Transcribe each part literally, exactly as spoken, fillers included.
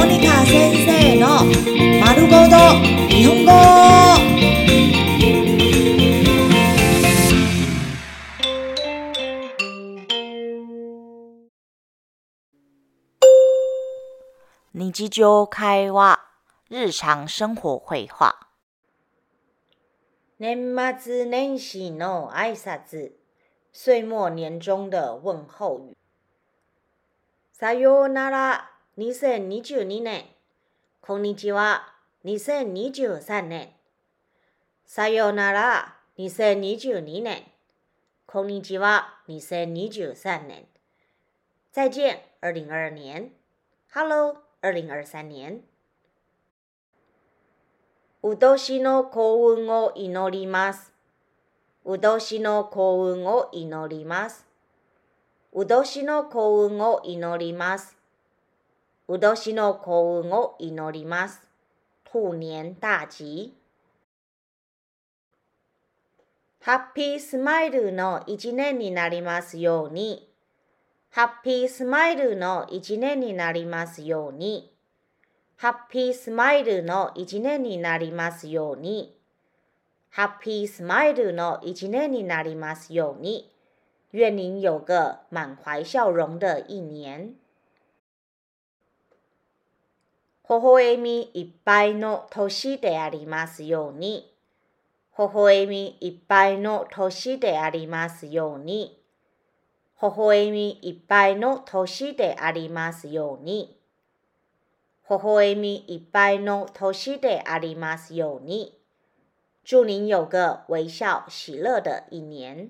モニカ先生の丸ごと日本語。日常会話、日常生活会話。年末年始の挨拶、岁末年終的問候語。さようならにせんにじゅうにねん。こんにちはにせんにじゅうさんねん。さようならにせんにじゅうにねん。こんにちはにせんにじゅうさんねん。再见二零二二年。Hello二零二三年。う年の幸運を祈ります。う年の幸運を祈ります。う年の幸運を祈ります。う年の幸運を祈ります。兔年大吉。ハッピースマイルの一年になりますように。ハッピースマイルの一年になりますように。ハッピースマイルの一年になりますように。ハッピースマイルの一年になりますように。願您有个满怀笑容的一年。微笑みいっぱいの年でありますように。微笑みいっぱいの年でありますように。微笑みいっぱいの年でありますように。微笑みいっぱいの年でありますように。祝您有个微笑喜乐的一年。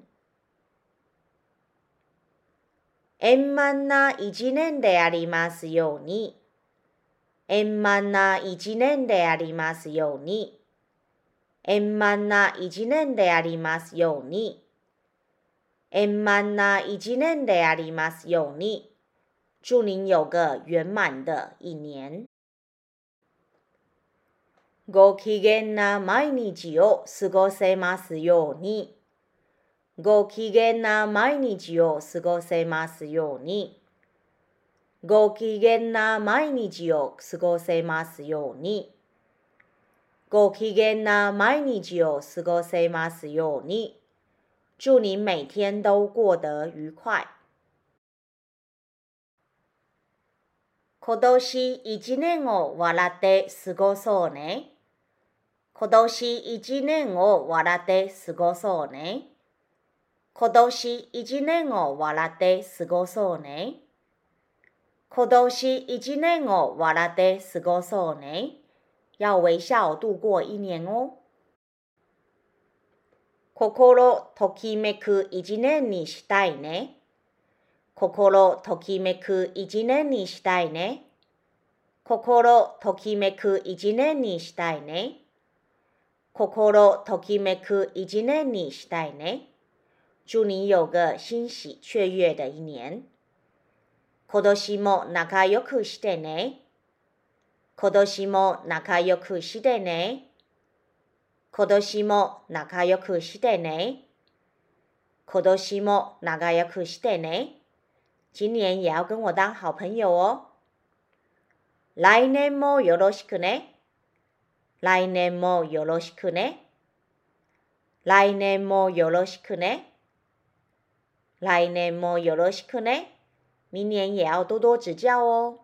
円満な一年でありますように。円満な一年でありますように。円満な一年でありますように。円満な一年でありますように。祝您有个圆满的一年。ご機嫌な毎日を過ごせますように。ご機嫌な毎日を過ごせますように。ご機嫌な毎日を過ごせますように。ご機嫌な毎日を過ごせますように。祝您每天都过得愉快。今年一年を笑って過ごそうね。今年一年を笑って過ごそうね。今年一年を笑って過ごそうね。今年一年を笑って過ごそうね。要微笑度过一年哦。心ときめく一年にしたいね。心ときめく一年にしたいね。心ときめく一年にしたいね。心ときめく一年にしたいね。祝你有个欣喜雀跃的一年。今年も仲良くしてね。今年も仲良くしてね。今年も仲良くしてね。今年も仲良くしてね。今年也要跟我当好朋友哦。来年もよろしくね。来年もよろしくね。来年もよろしくね。来年もよろしくね。明年也要多多指教哦。